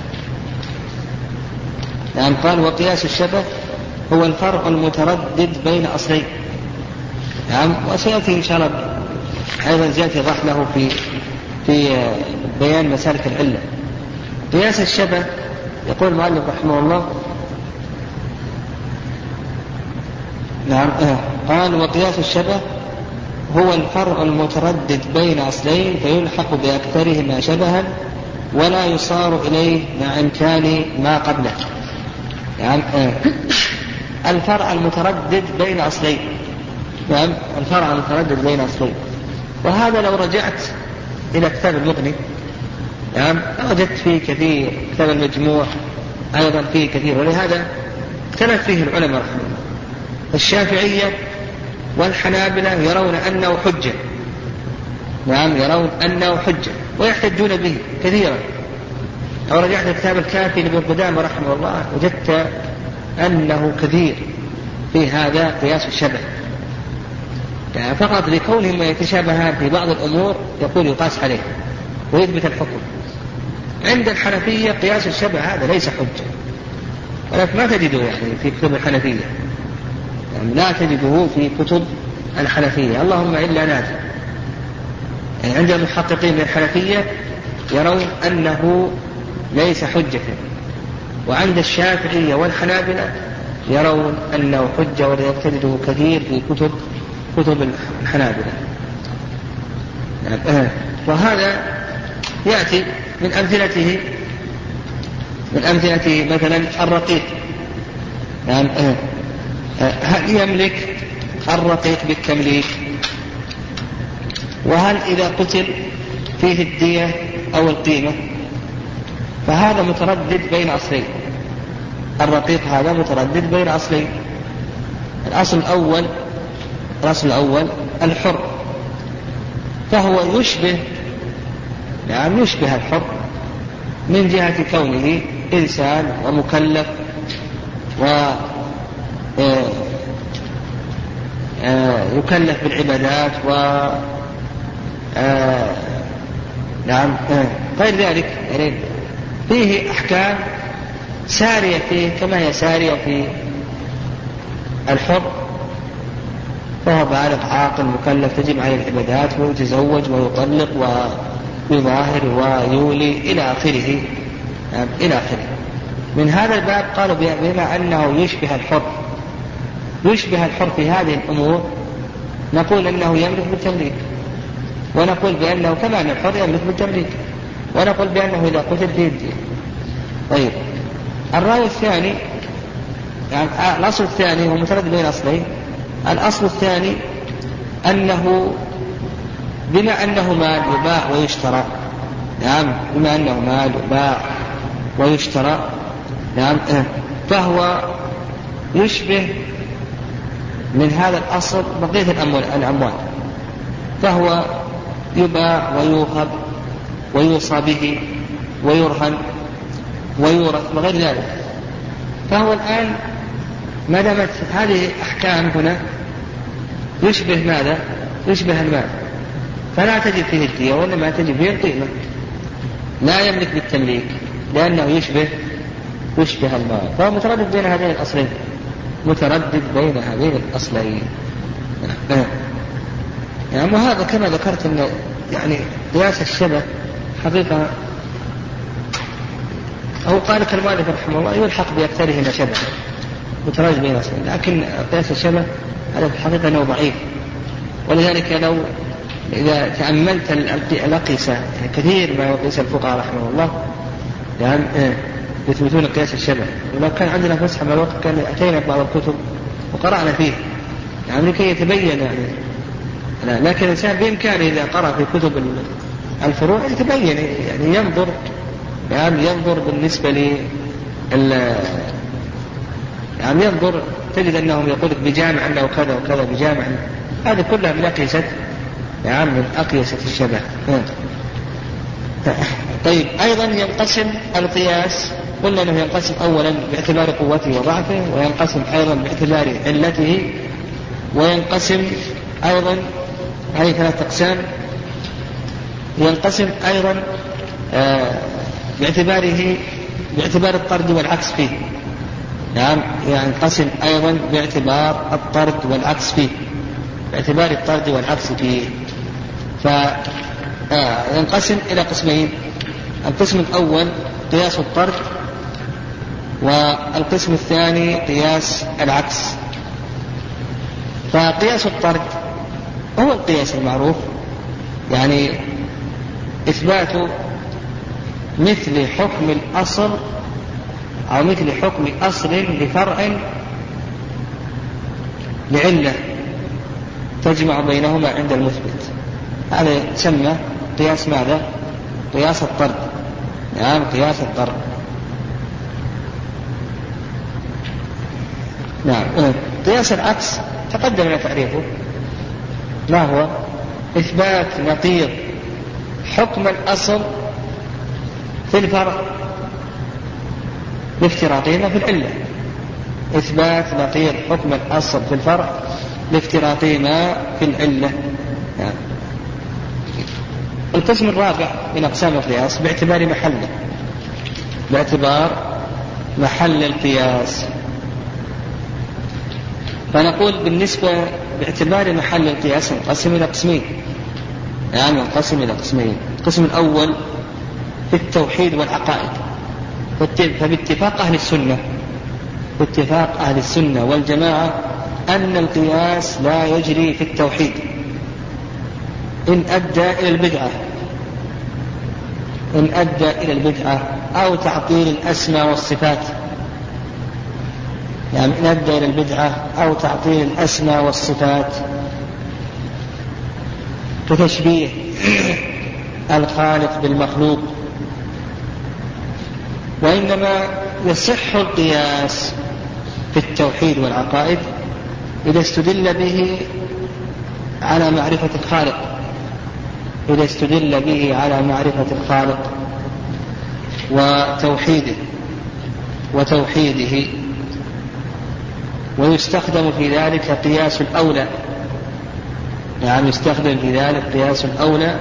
Speaker 1: نعم قال وقياس الشبه هو الفرع المتردد بين أصلين، نعم. وسيأتي إن شاء الله أيضا زيادة يضح له في في بيان مسالك العلة. قياس الشبه يقول المؤلف رحمه الله نعم آه. قال وقياس الشبه هو الفرع المتردد بين أصلين فيلحق بأكثرهما شبها ولا يصار إليه مع إمكان ما قبله، نعم آه. الفرع المتردد بين أصلين، نعم الفرع المتردد بين أصلين. وهذا لو رجعت إلى كتاب المغني نعم وجدت فيه كثير، كتاب المجموع أيضا فيه كثير، ولهذا اختلف فيه العلماء رحمه الله. الشافعية والحنابلة يرون أنه حجة، نعم يرون أنه حجة ويحتجون به كثيرا. لو رجعت الكتاب الكافي لابن قدامة رحمه الله وجدت أنه كثير في هذا قياس الشبه، يعني فقط لكونهما يتشابهان في بعض الأمور يقول يقاس عليه ويثبت الحكم. عند الحنفية قياس الشبه هذا ليس حجة، ولكن ما تجده يعني في كتب الحنفية، يعني لا تجده في كتب الحنفية اللهم إلا نادر. يعني عند المحققين من الحنفية يرون أنه ليس حجة، وعند الشافعية والحنابلة يرون أنه حجة، ولا تجده كثير في كتب كتب الحنابلة. وهذا يأتي من أمثلته من أمثلته مثلا الرقيق، يعني هل يملك الرقيق بالتمليك؟ وهل إذا قتل فيه الدية أو القيمة؟ فهذا متردد بين أصلين، الرقيق هذا متردد بين أصلين. الأصل الأول الأصل الأول الحر، فهو يشبه يعني يشبه الحر من جهة كونه إنسان ومكلف ويكلف بالعبادات و نعم غير ذلك، يعني فيه أحكام سارية فيه كما هي سارية في الحر، فهو بالغ عاقل مكلف تجب عليه العبادات ويتزوج ويطلق ويظاهر ويولي إلى آخره إلى آخره. من هذا الباب قالوا بما أنه يشبه الحر يشبه الحر في هذه الأمور نقول أنه يملك بالتمليك، ونقول بأنه كما أن الحر يملك بالتمليك، ونقول بأنه إذا قتل فيه الدين. طيب الرأي الثاني، يعني الأصل الثاني هو متردد بين أصلين. الأصل الثاني أنه بما أنه مال يباع ويشترى، نعم بما أنه مال يباع ويشترى، نعم فهو يشبه من هذا الأصل بقية الأموال، فهو يباع ويوهب ويوصى به ويرهن ويورث وغير ذلك. فهو الآن ما دامت هذه أحكام هنا يشبه ماذا؟ يشبه المال، فلا تجب فيه الدية وإنما تجب فيه القيمة، لا يملك بالتمليك لأنه يشبه يشبه المال، فهو متردد بين هذين الأصلين متردد بين هذين الأصلين. يعني وهذا كما ذكرت أن يعني قياس الشبه حقيقة أو قال كالمؤلف رحمه الله يلحق بأكثرهما شبه متردد بين الأصلين، لكن قياس الشبه هذا في الحقيقة أنه ضعيف. ولذلك لو إذا تأملت الأقيسة يعني كثير ما يقيس الفقهاء رحمه الله يعني يثبتون قياس الشبه، ولو كان عندنا فسحة من الوقت كان أتينا بعض الكتب وقرأنا فيه يعني لكي يتبين يعني لا. لكن الإنسان بإمكانه إذا قرأ في كتب الفروع يتبين يعني ينظر يعني ينظر بالنسبة ل يعني ينظر تجد أنهم يقولك بجامع أنه كذا وكذا بجامع، هذه كلها من أقيسة يعني من أقيسة الشبه. طيب أيضا ينقسم القياس، قلنا أنه ينقسم أولا باعتبار قوته وضعفه، وينقسم أيضا باعتبار علته، وينقسم أيضا هذه ثلاث أقسام. ينقسم أيضا آه باعتباره باعتبار الطرد والعكس فيه، نعم ينقسم أيضا باعتبار الطرد والعكس فيه باعتبار الطرد والعكس فيه. فينقسم إلى قسمين، القسم الأول قياس الطرد، والقسم الثاني قياس العكس. فقياس الطرد هو القياس المعروف، يعني إثبات مثل حكم الأصل أو مثل حكم أصل لفرع لعلة تجمع بينهما عند المثبت، هذا يسمى قياس ماذا؟ قياس الطرد. نعم قياس الضرب. نعم. قياس العكس تقدم لنا تعريفه، ما هو؟ إثبات نقيض حكم الأصل في الفرع لافتراقهما في العلة. إثبات نقيض حكم الأصل في الفرع لافتراقهما في العلة. يعني القسم الرابع من أقسام القياس باعتبار محله، باعتبار محل القياس. فنقول بالنسبة باعتبار محل القياس انقسم إلى قسمين، يعني انقسم إلى قسمين. القسم الأول في التوحيد والعقائد، فباتفاق أهل السنة باتفاق أهل السنة والجماعة أن القياس لا يجري في التوحيد إن أدى إلى البدعة إن أدى إلى البدعة أو تعطيل الأسماء والصفات، يعني إن أدى إلى البدعة أو تعطيل الأسماء والصفات كتشبيه الخالق بالمخلوق. وإنما يصح القياس في التوحيد والعقائد إذا استدل به على معرفة الخالق إذا استدل به على معرفة الخالق وتوحيده وتوحيده ويستخدم في ذلك قياس الأولى، يعني يستخدم في ذلك قياس الأولى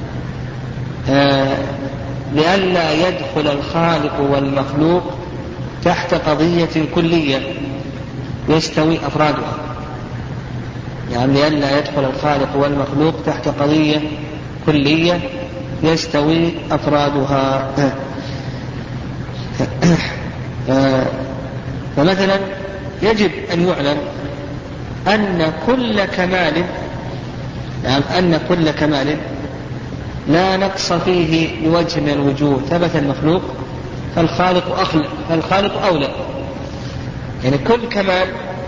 Speaker 1: آه لئلا يدخل الخالق والمخلوق تحت قضية كلية يستوي أفرادها، يعني لئلا يدخل الخالق والمخلوق تحت قضية كلية يستوي أفرادها. فمثلا يجب أن يعلم أن كل كمال يعني أن كل كمال لا نقص فيه بوجه من الوجوه ثبت المخلوق فالخالق أخلق فالخالق أولى. يعني كل كمال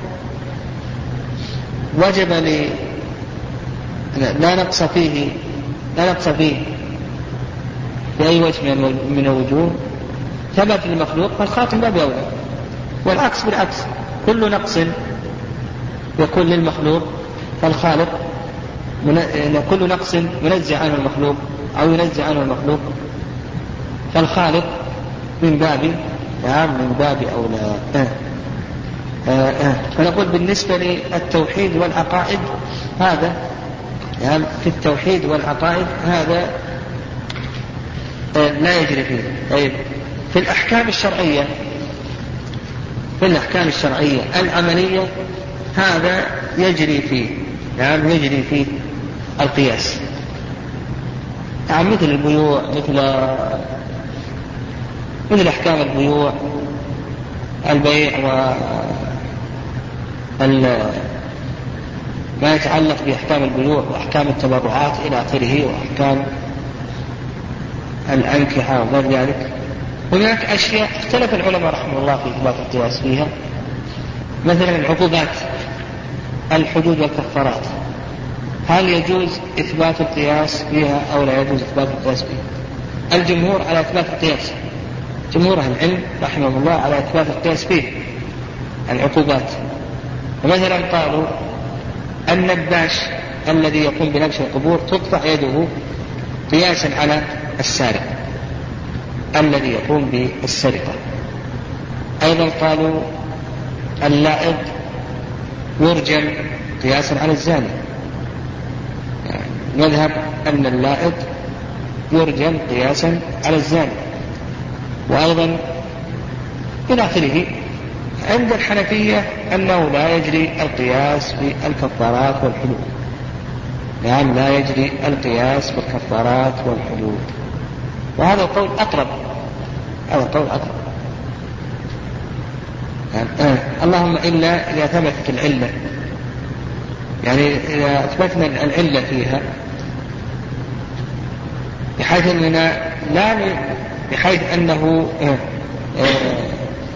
Speaker 1: وجب لي لا نقص فيه لا نقص فيه بأي وجه من الوجوه ثبت المخلوق فالخالق لا بأولى، والعكس بالعكس، كل نقص يكون للمخلوق فالخالق من... كل نقص ينزع عنه المخلوق أو ينزع عنه المخلوق فالخالق من باب نعم من باب أولى. آه. آه. آه. فنقول بالنسبة للتوحيد والعقائد هذا يعني في التوحيد والعقائد هذا آه لا يجري فيه. طيب في الأحكام الشرعية في الأحكام الشرعية العملية هذا يجري فيه نعم يجري فيه القياس، يعني مثل البيوع مثل مثل أحكام البيوع البيع وما يتعلق بأحكام البيوع وأحكام التبرعات إلى آخره وأحكام الأنكحة وغير ذلك. هناك أشياء اختلف العلماء رحمه الله في إثبات القياس فيها، مثلا العقوبات الحدود والكفارات، هل يجوز إثبات القياس فيها أو لا يجوز إثبات القياس فيها؟ الجمهور على إثبات القياس، جمهور أهل العلم رحمه الله على إثبات القياس فيه العقوبات. ومثلا قالوا النباش الذي يقوم بنبش القبور تقطع يده قياسا على السارق الذي يقوم بالسرقة. أيضا قالوا اللائق يرجم قياسا على الزاني، يعني نذهب أن اللائق يرجم قياسا على الزاني. وأيضا إلى آخره. عند الحنفية أنه لا يجري القياس في الكفارات والحدود، يعني لا يجري القياس في الكفارات والحدود، وهذا القول أقرب هذا القول أقرب يعني آه. اللهم إلا إذا ثبتت العلة، يعني إذا أثبتنا العلة فيها بحيث أننا لا بحيث أنه آه آه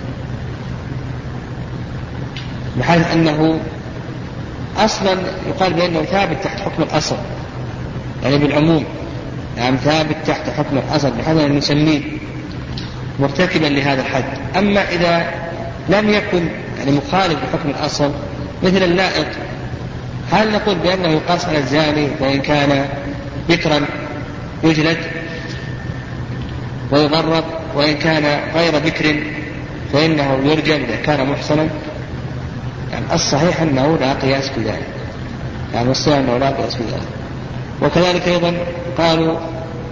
Speaker 1: بحيث أنه أصلا يقال بأنه ثابت تحت حكم الأصل، يعني بالعموم يعني ثابت تحت حكم الأصل بحيث أن نسميه مرتكبا لهذا الحد. أما إذا لم يكن يعني مخالف بحكم الأصل مثل اللائق، هل نقول بأنه يقاس على الزاني وإن كان بكرا يجلد ويضرب، وإن كان غير بكر فإنه يرجم إذا كان محصنا؟ يعني الصحيح أنه لا قياس في ذلك، يعني الصحيح أنه لا قياس في ذلك. وكذلك أيضا قالوا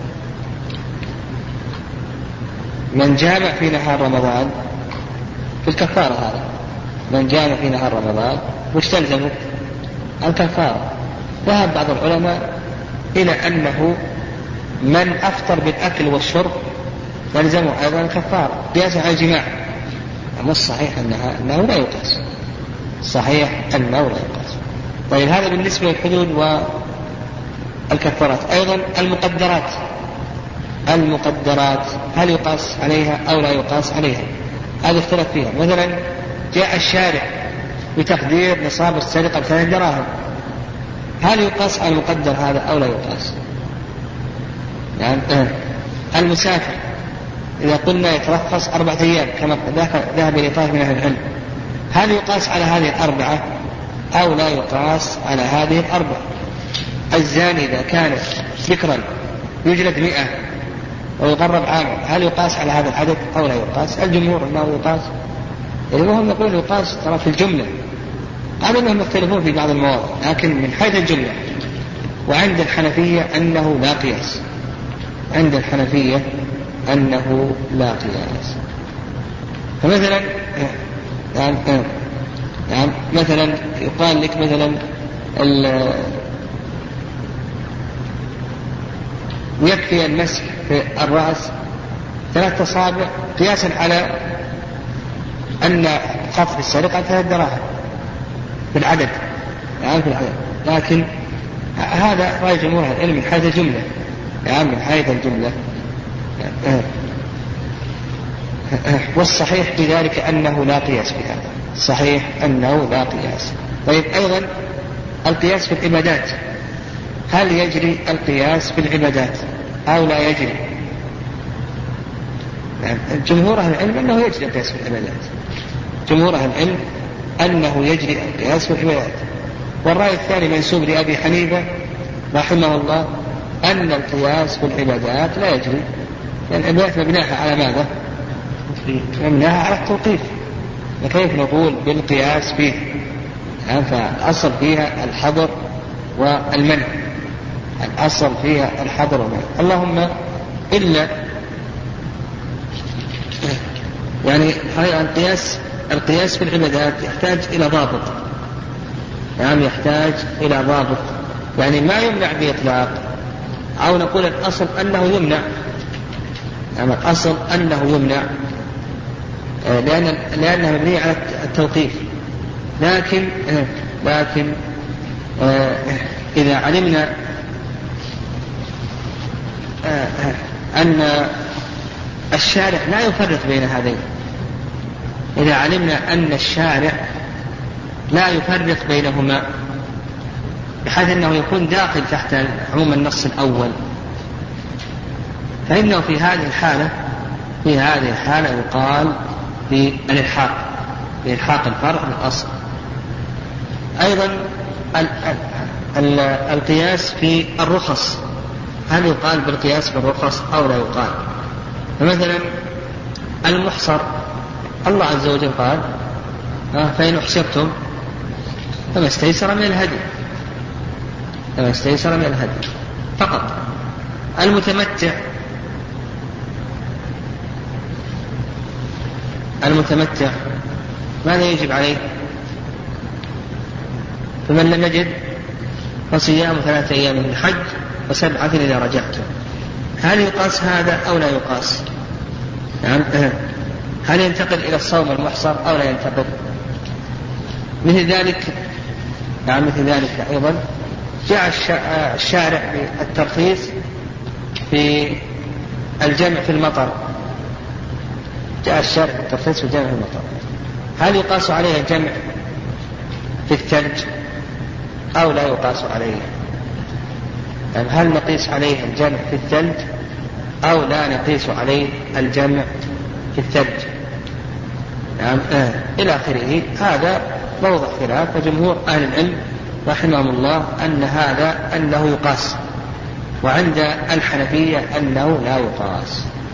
Speaker 1: من جامع في نهار رمضان في الكفارة، هذا من جامع في نهار رمضان وش تلزمه؟ الكفارة. ذهب بعض العلماء إلى أنه من أفطر بالأكل والشرب تلزمه أيضا الكفارة قياسا على الجماع. أما الصحيح أنه لا يقاس، صحيح أنه لا يقاس. طيب هذا بالنسبة للحدود والكفارات. أيضا المقدرات، المقدرات هل يقاس عليها أو لا يقاس عليها؟ هذا اختلف فيها. مثلا جاء الشارع بتقدير نصاب السرقة بثلاث دراهم، هل يقاس على المقدر هذا أو لا يقاس؟ يعني المسافر إذا قلنا يترخص أربعة أيام كما ذهب إلى طائفة من أهل العلم، هل يقاس على هذه الأربعة أو لا يقاس على هذه الأربعة؟ الزاني إذا كان بكرا يجلد مئة ويغرب عاما، هل يقاس على هذا العدد أو لا يقاس؟ الجمهور أنه يقاس، وهم يقولون يقاس ترى في الجملة. قالوا أنهم يختلفون في بعض المواضع لكن من حيث الجملة. وعند الحنفية أنه لا قياس، عند الحنفية أنه لا قياس. فمثلا يعني يعني مثلا يقال لك مثلا يكفي المسح في الرأس ثلاث أصابع قياسا على أن خفض السرقة ثلاث دراهم في العدد، يعني في العدد. لكن هذا رأي جمهور العلم من حيث الجملة، يعني من حيث الجملة. والصحيح بذلك أنه لا قياس في هذا، صحيح أنه لا قياس. طيب أيضا القياس في العبادات، هل يجري القياس في العبادات أو لا يجري؟ يعني جمهور أهل العلم أنه يجري القياس في العبادات، جمهور أهل العلم أنه يجري القياس في العبادات. والرأي الثاني منسوب لأبي حنيفة رحمه الله أن القياس في العبادات لا يجري، لأن العبادات مبناها على ماذا؟ مبناها على التوقيف، فكيف نقول بالقياس فيه؟ يعني فالأصل فيها الحظر والمنع، الأصل فيها الحظر والمنع. اللهم إلا يعني القياس القياس في العبادات يحتاج إلى ضابط، يعني يحتاج إلى ضابط، يعني ما يمنع بإطلاق، أو نقول الأصل أنه يمنع، يعني الأصل أنه يمنع لأن لأنها مبنية على التوقيف. لكن لكن إذا علمنا أن الشارع لا يفرق بين هذين، إذا علمنا أن الشارع لا يفرق بينهما بحيث أنه يكون داخل تحت عموم النص الأول، فإنه في هذه الحالة في هذه الحالة يقال بالإلحاق، بإلحاق الفرع بالأصل. أيضا ال ال القياس في الرخص، هل يقال بالقياس في الرخص أو لا يقال؟ فمثلا المحصر الله عز وجل قال فإن أحصرتم فما استيسر من الهدي، فما استيسر من الهدي فقط. المتمتع المتمتع ماذا يجب عليه؟ فمن لم يجد فصيام ثلاثة أيام من الحج وسبعة إذا رجعتم. هل يقاس هذا أو لا يقاس؟ يعني هل ينتقل إلى الصوم المحصر أو لا ينتقل؟ مثل ذلك يعني مثل ذلك أيضا جاء الشارع بالترخيص في الجمع في المطر، جاء الشارع بالترخيص في الجمع في المطر، هل يقاس عليه الجمع في الثلج أو لا يقاس عليه؟ يعني هل نقيس عليه الجمع في الثلج أو لا نقيس عليه الجمع في الثلج نعم آه. إلى آخره. هذا موضع خلاف، وجمهور أهل العلم رحمهم الله أن هذا أنه يقاس، وعند الحنفية أنه لا يقاس.